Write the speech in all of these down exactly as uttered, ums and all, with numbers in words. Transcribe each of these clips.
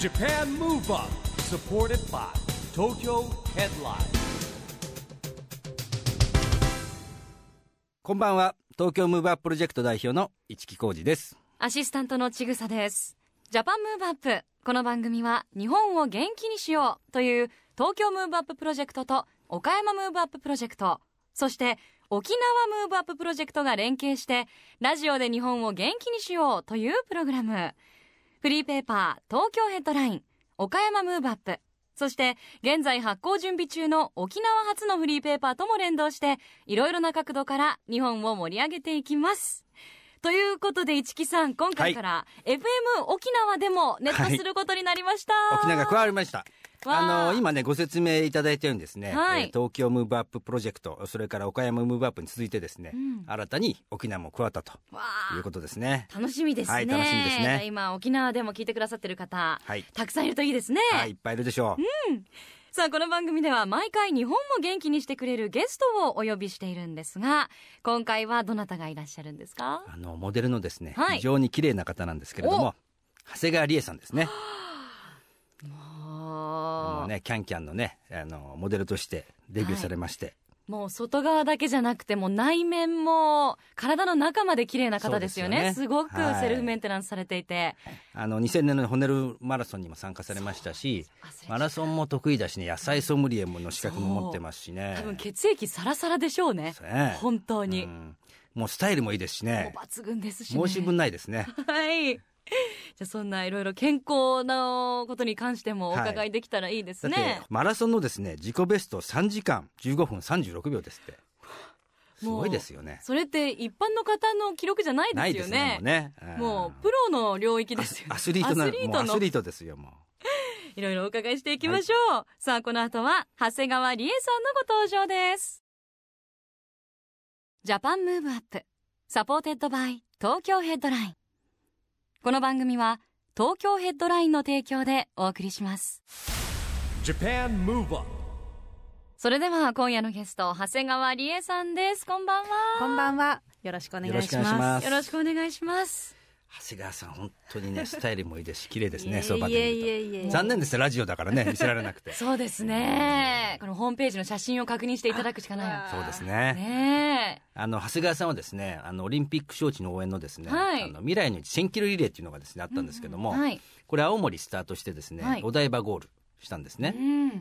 Japan Move Up supported by Tokyo Headline。 こんばんは。東京ムーブアッププロジェクト代表の市木浩司です。 アシスタントのちぐさです。ジャパンムーブアップ、この番組は日本を元気にしようという東京ムーブアッププロジェクトと岡山ムーブアッププロジェクト、そして沖縄ムーブアッププロジェクトが連携してラジオで日本を元気にしようというプログラム。フリーペーパー東京ヘッドライン、岡山ムーブアップ、そして現在発行準備中の沖縄初のフリーペーパーとも連動していろいろな角度から日本を盛り上げていきます。ということで市木さん、今回から、はい、エフエム 沖縄でもネットすることになりました、 はい、沖縄が加わりました。あの今ねご説明いただいてるんですね、はい、えー、東京ムーブアッププロジェクト、それから岡山ムーブアップに続いてですね、うん、新たに沖縄も加わったということですね。 楽しみですね、 はい、楽しみですね。 今沖縄でも聞いてくださってる方、はい、たくさんいるといいですね。 はい、いっぱいいるでしょう、 うん、さあこの番組では毎回日本を元気にしてくれるゲストをお呼びしているんですが、今回はどなたがいらっしゃるんですか？ あのモデルのですね、 はい、 非常に綺麗な方なんですけれども、長谷川理恵さんですね。もうね、キャンキャンのね、あのモデルとしてデビューされまして、はい、 もう外側だけじゃなくても内面も体の中まで綺麗な方ですよね。 す, よねすごくセルフメンテナンスされていて、はい、 あのにせんねんのホネルマラソンにも参加されましたし、マラソンも得意だしね、野菜ソムリエの資格も持ってますしね。 多分血液サラサラでしょう ね, ね本当に、うん、 もうスタイルもいいですしね、 もう抜群ですしね、 申し分ないですね。 はい、じゃあそんないろいろ健康なことに関してもお伺いできたらいいですね、はい、 だってマラソンのですね自己ベストさんじかんじゅうごふんさんじゅうろくびょうですって。すごいですよね。 それって一般の方の記録じゃないですよね。 ないですね、もうね、 もうプロの領域ですよね。 アスリートな、アスリートのもうアスリートですよ。もういろいろお伺いしていきましょう、はい、さあこの後は長谷川理恵さんのご登場です。ジャパンムーブアップサポーテッドバイ東京ヘッドライン。この番組は東京ヘッドラインの提供でお送りします。 Japan Move Up。 それでは今夜のゲスト長谷川理恵さんです。こんばんは。 こんばんは、よろしくお願いします。 よろしくお願いします。 長谷川さん本当にねスタイルもいいですし綺麗ですね。 そうばっかり見ると残念ですね、ラジオだからね見せられなくて。 そうですね、このホームページの写真を確認していただくしかない。 そうですね。 ねあの長谷川さんはですね、あのオリンピック招致の応援のですね、 はい、 あの未来のうちせんキロリレーっていうのがですねあったんですけども、 うんはい、 これ青森スタートしてですね、はい、お台場ゴールしたんですね、うん、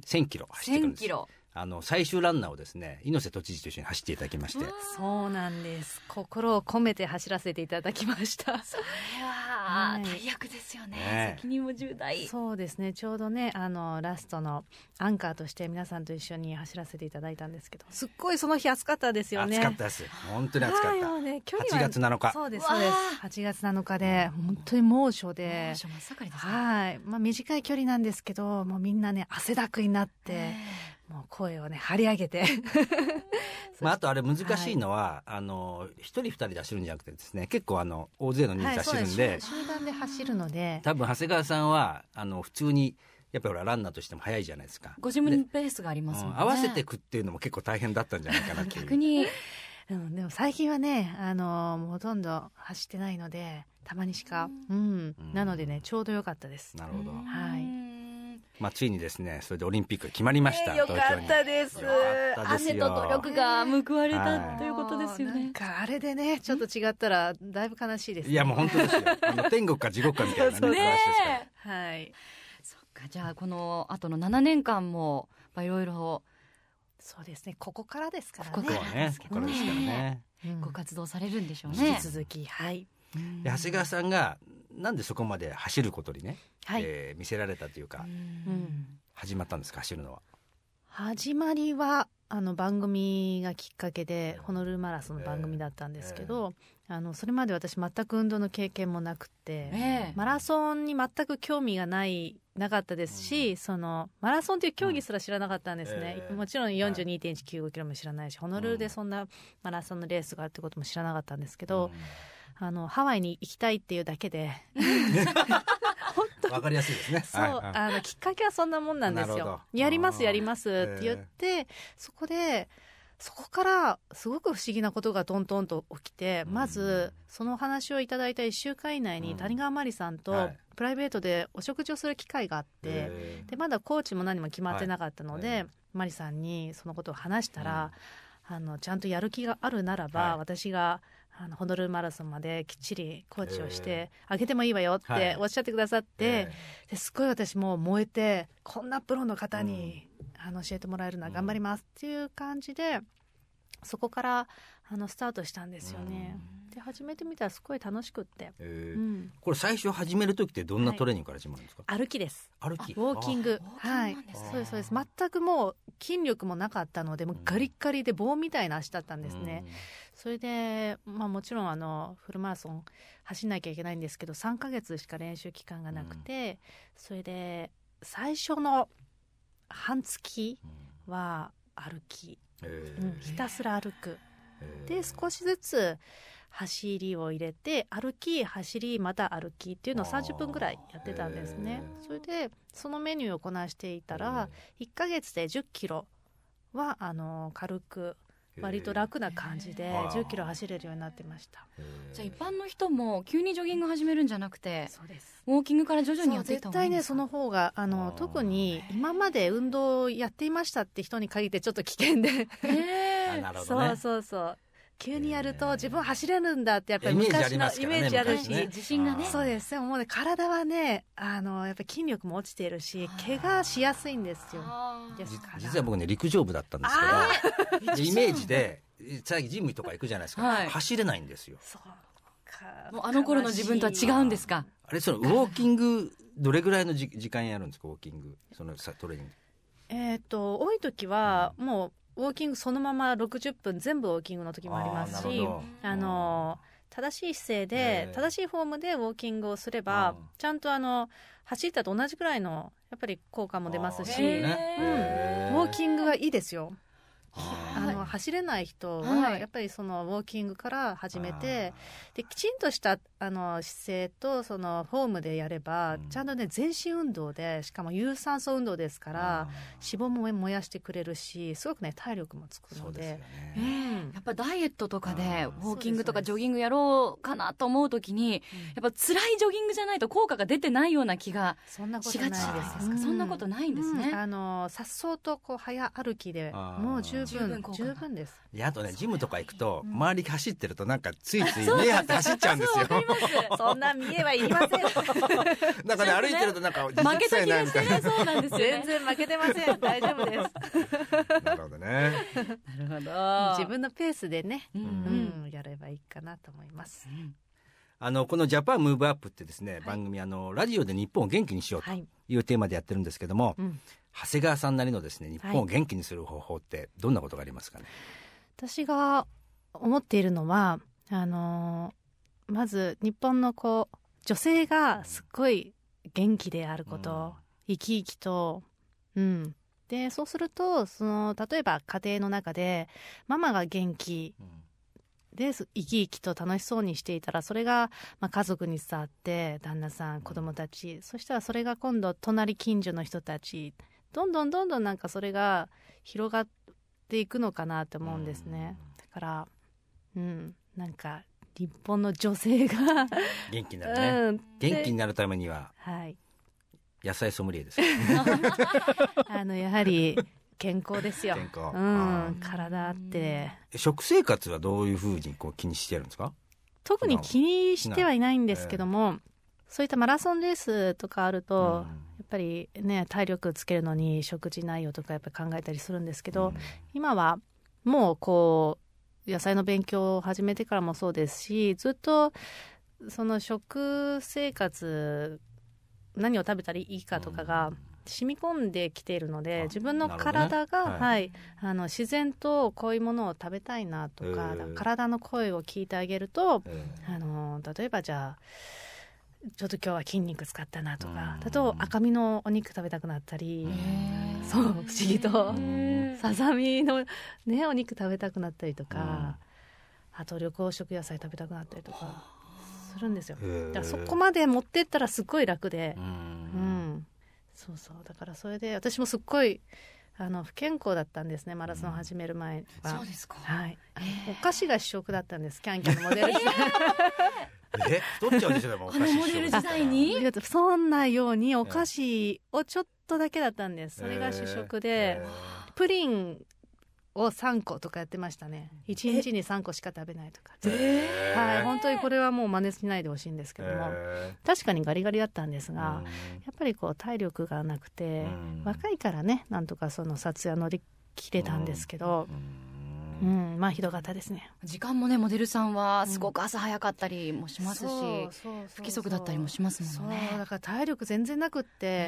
せんキロ走ってくるんです。 せんキロ、 あの最終ランナーをですね猪瀬都知事と一緒に走っていただきまして。 そうなんです、心を込めて走らせていただきました。 それは大役ですよ ね, ね責任も重大。 そうですね、ちょうどねあのラストのアンカーとして皆さんと一緒に走らせていただいたんですけど、すっごいその日暑かったですよね。 暑かったです、本当に暑かった、はいね、距離ははちがつなのか。 そうですそうです、はちがつなのかで本当に猛暑で、 猛暑真っ盛りですね。 はい、まあ、短い距離なんですけどもうみんなね汗だくになってもう声をね張り上げてまあ、あとあれ難しいのは、はい、あの一人二人で走るんじゃなくてですね、結構あの大勢の人数走るんで、はい、 集団で走るので、 多分長谷川さんはあの普通にやっぱりランナーとしても速いじゃないですか。 ご自分のペースがありますもんね、 うん、合わせていくっていうのも結構大変だったんじゃないかなっていう逆に、 うん、でも最近はねあのほとんど走ってないのでたまにしか、うん、うん、なのでねちょうど良かったです。 なるほど、 はい、 まあ、ついにですねそれでオリンピック決まりました、 えー、よかったです。 汗と努力が報われたということですよね。 なんかあれでねちょっと違ったらだいぶ悲しいですね。 いやもう本当ですよあの天国か地獄かみたいな、ね、 そうですね、 話ですから。 はい、 そっか、じゃあこの後のななねんかんもいろいろ、 そうですね、ここからですからね。 ここはねここからですからね、 うん、ご活動されるんでしょうね、 引き続き。はい、 で長谷川さんがなんでそこまで走ることにね、はい、えー、見せられたというか、うん、始まったんですか、走るのは。 始まりはあの番組がきっかけでホノルルマラソンの番組だったんですけど、えー、あのそれまで私全く運動の経験もなくて、えー、マラソンに全く興味がないなかったですし、うん、そのマラソンという競技すら知らなかったんですね、うん、もちろん よんじゅうにてんいちきゅうごキロも知らないし、はい、ホノルルでそんなマラソンのレースがあるってことも知らなかったんですけど、うん、あのハワイに行きたいっていうだけで本当わかりやすいですね。 そう、はいはい、あのきっかけはそんなもんなんですよ。やりますやりますって言って、えー、そこでそこからすごく不思議なことがトントンと起きて、うん、まずその話をいただいたいっしゅうかん以内に谷川真理さんとプライベートでお食事をする機会があって、はい、でまだコーチも何も決まってなかったので、はい、真理さんにそのことを話したら、うん、あのちゃんとやる気があるならば、はい、私があのホノルルマラソンまできっちりコーチをしてあげてもいいわよっておっしゃってくださって、はい、ですごい私も燃えて、こんなプロの方に、うんあの教えてもらえるのは頑張りますっていう感じで、そこからあのスタートしたんですよね。で始めてみたらすごい楽しくって、 えーうん、これ最初始める時ってどんなトレーニングから始まるんですか？ はい、歩きです。 歩き、 ウォーキング、はい、そうですそうです。全くもう筋力もなかったので、もうガリッガリで棒みたいな足だったんですね。うん、それで、まあ、もちろんあのフルマラソン走んなきゃいけないんですけど、さんかげつしか練習期間がなくて、うん、それで最初の半月は歩き、うん、ひたすら歩く、で少しずつ走りを入れて、歩き走りまた歩きっていうのをさんじゅっぷんぐらいやってたんですね。それでそのメニューをこなしていたらいっかげつでじゅっキロはあの軽く割と楽な感じでじゅっキロ走れるようになってました。 じゃあ一般の人も急にジョギング始めるんじゃなくて、 そうです、 ウォーキングから徐々にやっていった方がいいんですか？ 絶対ねその方があの特に今まで運動をやっていましたって人に限ってちょっと危険でそうそうそう、急にやると自分走れるんだってやっぱり昔のイメージあるし、 ね、自信がね。 そうです。でももうね体はねあのやっぱり筋力も落ちているし怪我しやすいんですよ。ですから実は僕ね陸上部だったんですけどイメージで最近ジムとか行くじゃないですか、はい、走れないんですよ。 そうか、 もうあの頃の自分とは違うんですか？ あれそのウォーキングどれぐらいのじ時間やるんですか？ウォーキングそのトレーニング。 えっと多い時はもうウォーキングそのままろくじゅっぷん全部ウォーキングの時もありますし、あの正しい姿勢で正しいフォームでウォーキングをすればちゃんとあの走ったと同じくらいのやっぱり効果も出ますし、うん、ウォーキングはいいですよ。あの走れない人はやっぱりそのウォーキングから始めて、できちんとしたあの姿勢とそのフォームでやればちゃんとね全身運動で、しかも有酸素運動ですから脂肪も燃やしてくれるし、すごくね体力もつくので、 ねうん、やっぱダイエットとかでウォーキングとかジョギングやろうかなと思うときに、やっぱ辛いジョギングじゃないと効果が出てないような気がしがちですか？そんなことないんですね。 うん、あの颯爽とこう早歩きでもう十分十分十分です。 いやあとねジムとか行くと周り走ってるとなんかついつい目張って走っちゃうんですよ。 そんな見えはいりません。 なんかね歩いてるとなんか負けた気がしてね。そうなんですよ、ね、 全然負けてません。大丈夫です。 なるほどね。 なるほど。 自分のペースでね、うんうん、やればいいかなと思います。うん、 あのこのジャパンムーブアップってですね、はい、番組あのラジオで日本を元気にしようというテーマでやってるんですけども、はいうん、長谷川さんなりのですね日本を元気にする方法ってどんなことがありますかね？ はい、私が思っているのはあのまず日本のこう女性がすっごい元気であること、うん、生き生きと、うん、でそうするとその例えば家庭の中でママが元気で生き生きと楽しそうにしていたら、それが、まあ、家族に伝わって旦那さん子供たち、うん、そしたらそれが今度隣近所の人たちどんどんどんどんなんかそれが広がっていくのかなと思うんですね。だからうんなんか日本の女性が元気になるね、うん、元気になるためには、はい、野菜ソムリエですあのやはり健康ですよ。健康、うん、体って食生活はどういうふうにこう気にしてるんですか？ 特に気にしてはいないんですけども、えー、そういったマラソンレースとかあると、うん、やっぱりね体力つけるのに食事内容とかやっぱり考えたりするんですけど、うん、今はもうこう野菜の勉強を始めてからもそうですし、ずっとその食生活何を食べたらいいかとかが染み込んできているので、自分の体が、ねはいはい、あの自然とこういうものを食べたいなとか、えー、体の声を聞いてあげると、えー、あの例えばじゃあちょっと今日は筋肉使ったなとかだと赤身のお肉食べたくなったり、そう不思議とささみの、ね、お肉食べたくなったりとか、あと緑黄色野菜食べたくなったりとかするんですよ。だからそこまで持ってったらすごい楽で、うん、そうそうだからそれで私もすっごいあの不健康だったんですね、マラソン始める前は、 うん、そうですか、 はい、お菓子が主食だったんです、キャンキャンのモデル時代え太っちゃうでしょでもお菓子モデル時代にそんなようにお菓子をちょっとだけだったんです。それが主食で、プリンをさんことかやってましたね。いちにちにさんこしか食べないとか、はい、本当にこれはもう真似しないでほしいんですけども、確かにガリガリだったんですが、やっぱりこう体力がなくて、若いからねなんとかその撮影乗り切れたんですけど、うん、まあひどかったですね。 時間もね、モデルさんはすごく朝早かったりもしますし、うん、不規則だったりもしますもんね。 そうだから体力全然なくって、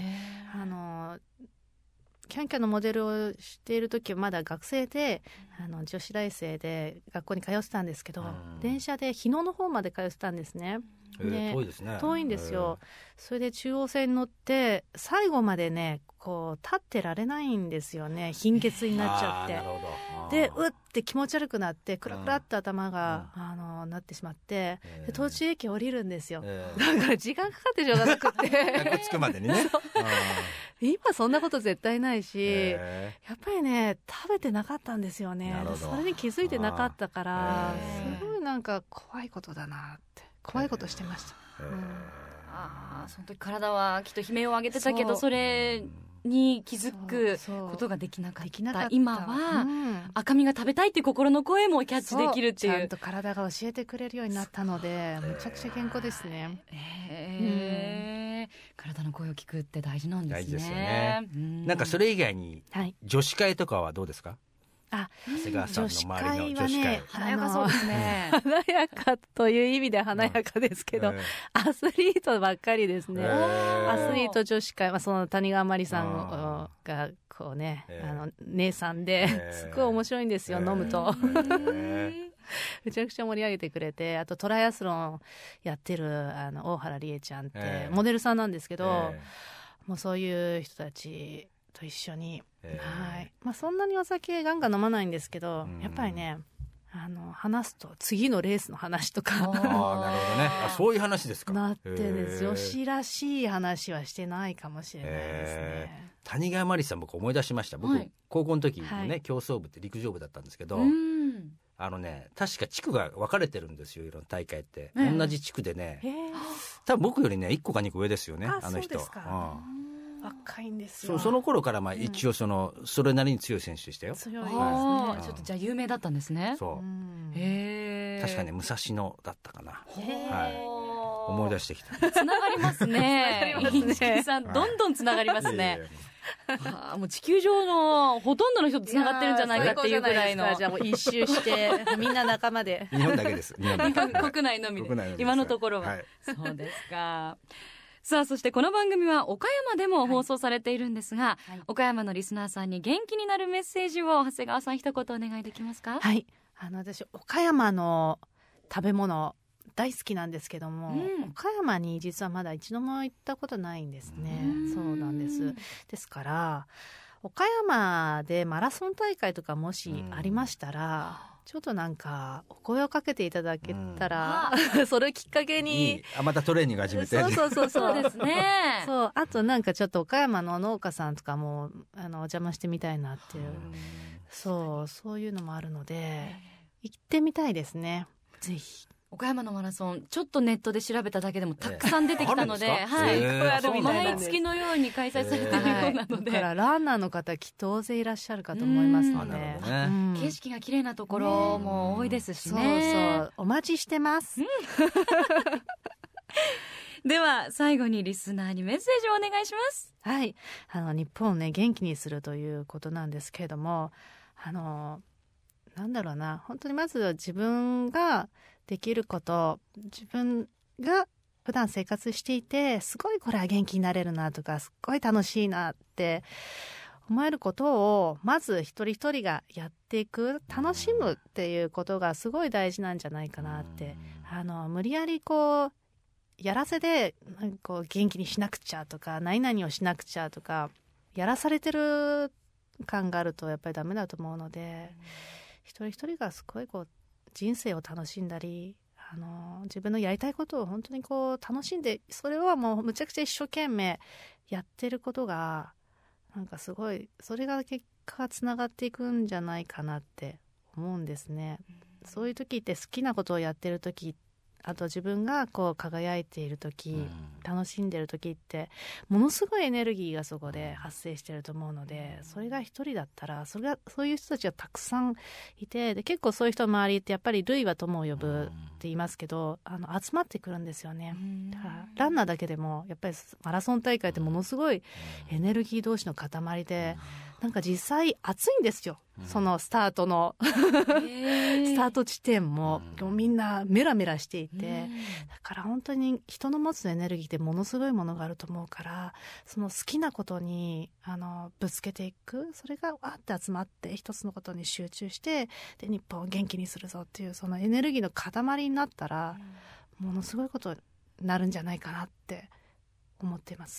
あのキャンキャンのモデルをしている時はまだ学生で、あの女子大生で学校に通ってたんですけど、電車で日野の方まで通ってたんですね。 えー、遠いですね。 遠いんですよ。それで中央線に乗って最後までねこう立ってられないんですよね、貧血になっちゃって。でうって気持ち悪くなってクラクラっと頭が、あのなってしまって、で途中駅降りるんですよ、えー、だから時間かかってしょうがなくて学校着くまでにね今そんなこと絶対ないし、えー、やっぱりね食べてなかったんですよね。それに気づいてなかったから、えー、すごいなんか怖いことだなって怖いことしてました、えーうん、 あその時体はきっと悲鳴を上げてたけど、それに気づくことができなかった今は、うん、赤身が食べたいっていう心の声もキャッチできるっていう、 ちゃんと体が教えてくれるようになったのでむちゃくちゃ健康ですね。 へー、うん、体の声を聞くって大事なんですね。 大事ですよね、うん、なんかそれ以外に、はい、女子会とかはどうですか？ あ、 長谷川さんの周りの女子会、ね、 華やかそうですね。 華やかという意味で華やかですけど、うんえー、アスリートばっかりですね、えー、アスリート女子会、まあ、その谷川真理さんがこうね、えー、あの姉さんで、えー、すごい面白いんですよ、えー、飲むと、えー、めちゃくちゃ盛り上げてくれて、あとトライアスロンやってるあの大原理恵ちゃんって、えー、モデルさんなんですけど、えー、もうそういう人たちと一緒に、えーはいまあ、そんなにお酒ガンガン飲まないんですけど、やっぱりねあの話すと次のレースの話とかああなるほどね、あそういう話ですか。 なってです女子らしい話はしてないかもしれないですね。 谷川真理さん僕思い出しました。僕、はい、高校の時のね、はい、競走部って陸上部だったんですけど、うんあのね確か地区が分かれてるんですよ、いろんな大会って、えー、同じ地区でね多分僕よりねいっこかにこ上ですよね、 あ, あの人。そうですか、うん若いんですよ。 そ, その頃からまあ一応その、うん、それなりに強い選手でしたよ。 強いですね、 はい、ちょっとじゃあ有名だったんですね。 そう、 うん、 へ確かね武蔵野だったかな、はい、思い出してきた。 つながりますね一木さん、はい、どんどんつながりますね。はあ、もう地球上のほとんどの人とつながってるんじゃないかっていうぐらいの。 じゃあもう一周してみんな仲間で。 日本だけです。日本だけ国内のみで今のところは、はい、そうですか。さあそしてこの番組は岡山でも放送されているんですが、はい、岡山のリスナーさんに元気になるメッセージを長谷川さん一言お願いできますか？ はい、あの私岡山の食べ物大好きなんですけども、うん、岡山に実はまだ一度も行ったことないんですね。そうなんです。ですから岡山でマラソン大会とかもしありましたら、ちょっとなんかお声をかけていただけたら、うん、それをきっかけにいいあまたトレーニング始めてそうそうそうそうですね。 そうあとなんかちょっと岡山の農家さんとかもあのお邪魔してみたいなっていう、うん、そうそういうのもあるので行ってみたいですね。ぜひ岡山のマラソンちょっとネットで調べただけでもたくさん出てきたので、えーはいえー、毎月のように開催されているようなので、 だからランナーの方きっと大勢いらっしゃるかと思いますので、 ねうん、景色が綺麗なところも多いですしね。 そうそうお待ちしてます、うん、 では最後にリスナーにメッセージをお願いします。 はい、あの日本をね元気にするということなんですけれども、あのなんだろうな本当にまず自分ができること自分が普段生活していてすごいこれは元気になれるなとかすっごい楽しいなって思えることをまず一人一人がやっていく楽しむっていうことがすごい大事なんじゃないかなって、あの無理やりこうやらせでこう元気にしなくちゃとか何々をしなくちゃとかやらされてる感があるとやっぱりダメだと思うので、一人一人がすごいこう人生を楽しんだりあの自分のやりたいことを本当にこう楽しんでそれはもうむちゃくちゃ一生懸命やってることがなんかすごいそれが結果つながっていくんじゃないかなって思うんですね。そういう時って好きなことをやってる時、あと自分がこう輝いている時、うん、楽しんでる時ってものすごいエネルギーがそこで発生してると思うので、それが一人だったらそれがそういう人たちがたくさんいて、で結構そういう人の周りってやっぱり類は友を呼ぶって言いますけど、あの集まってくるんですよね。だからランナーだけでもやっぱりマラソン大会ってものすごいエネルギー同士の塊で、なんか実際暑いんですよ、うん、そのスタートのスタート地点も、うん、もうみんなメラメラしていて、うん、だから本当に人の持つエネルギーってものすごいものがあると思うから、その好きなことにあのぶつけていく、それがわーって集まって一つのことに集中して、で日本を元気にするぞっていうそのエネルギーの塊になったら、うん、ものすごいことになるんじゃないかなって思っています。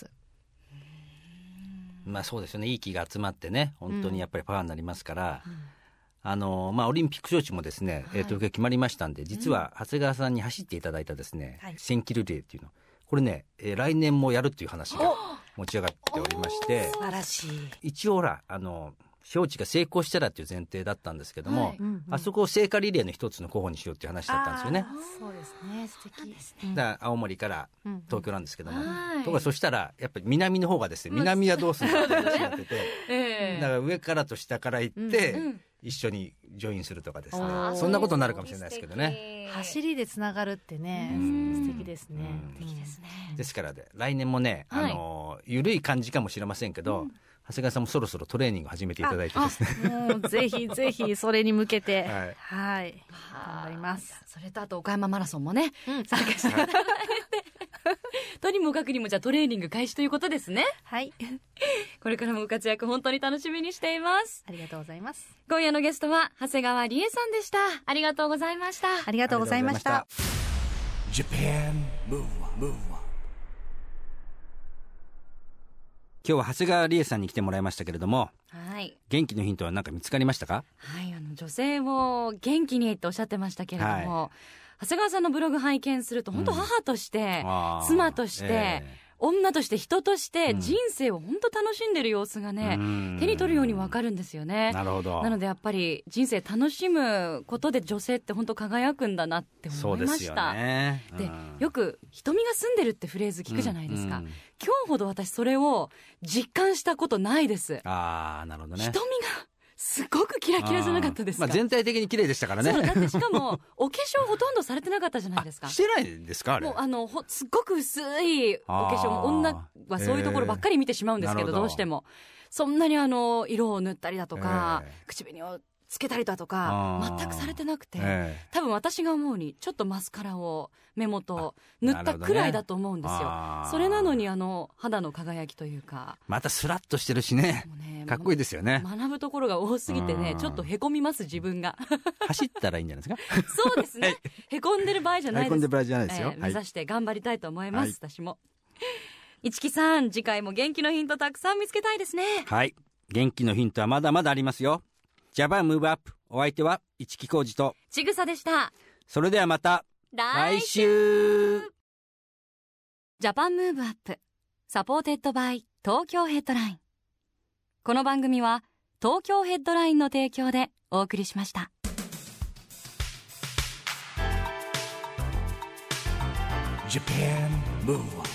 まあそうですよね、いい気が集まってね、本当にやっぱりパワーになりますから、うん、あのまあ、オリンピック招致もですね、はい、えー、と決まりましたんで、実は長谷川さんに走っていただいたですね、うん、せんキロリレーっていうの、これね、えー、来年もやるっていう話が持ち上がっておりまして、 素晴らしい。 一応ほらあの招致が成功したらっていう前提だったんですけども、はい、うんうん、あそこを聖火リレーの一つの候補にしようっていう話だったんですよね。 そうですね、素敵ですね。 だから青森から東京なんですけども、うんうん、とかそしたらやっぱり南の方がですね、南はどうするんだって話になってて、えー、だから上からと下から行って、うんうん、一緒にジョインするとかですね、そんなことになるかもしれないですけどね。 走りでつながるってね、素敵ですね。素敵ですね。 ですからで来年もね、あの、はい、緩い感じかもしれませんけど、うん、長谷川さんもそろそろトレーニング始めていただいてですね、 もうぜひぜひそれに向けて、はい、はい、頑張ります。 それとあと岡山マラソンもね、うん、参加していただいてとにもかくにもじゃあトレーニング開始ということですね。 はい、 これからもご活躍本当に楽しみにしています。 ありがとうございます。 今夜のゲストは長谷川理恵さんでした。ありがとうございました。 ありがとうございました。 今日は長谷川理恵さんに来てもらいましたけれども、 はい、 元気のヒントは何か見つかりましたか？ はい、あの女性を元気にとおっしゃってましたけれども、はい、長谷川さんのブログ拝見すると本当母として、うん、妻として、えー女として人として人生を本当楽しんでる様子がね、うん、手に取るように分かるんですよね。 なるほど。 なのでやっぱり人生楽しむことで女性って本当輝くんだなって思いました。そうですよね。で、うん、よく瞳が澄んでるってフレーズ聞くじゃないですか、うんうん、今日ほど私それを実感したことないです。 ああ、なるほどね。 瞳がすごくキラキラじゃなかったですか？ まあ、全体的に綺麗でしたからね。 そうだってしかもお化粧ほとんどされてなかったじゃないですか。 してないんですかあれ？ もうあのほすっごく薄いお化粧も、女はそういうところばっかり見てしまうんですけど、えー、ど, どうしてもそんなにあの色を塗ったりだとか、えー、口紅をつけたりだとか全くされてなくて、えー、多分私が思うにちょっとマスカラを目元塗ったくらいだと思うんですよ、ね、それなのにあの肌の輝きというか、 またスラッとしてるし ね, ねかっこいいですよね。 学ぶところが多すぎてね、ちょっとへこみます自分が。 走ったらいいんじゃないですか？ そうですね、はい、へこんでる場合じゃないです。 へこんでる場合じゃないですよ、えー、 目指して頑張りたいと思います、はい、私も。市木さん、次回も元気のヒントたくさん見つけたいですね。 はい、元気のヒントはまだまだありますよ。ジャパンムーブアップ、お相手は市木浩二とちぐさでした。 それではまた来週。 ジャパンムーブアップ、サポーテッドバイ東京ヘッドライン。この番組は東京ヘッドラインの提供でお送りしました。Japan Move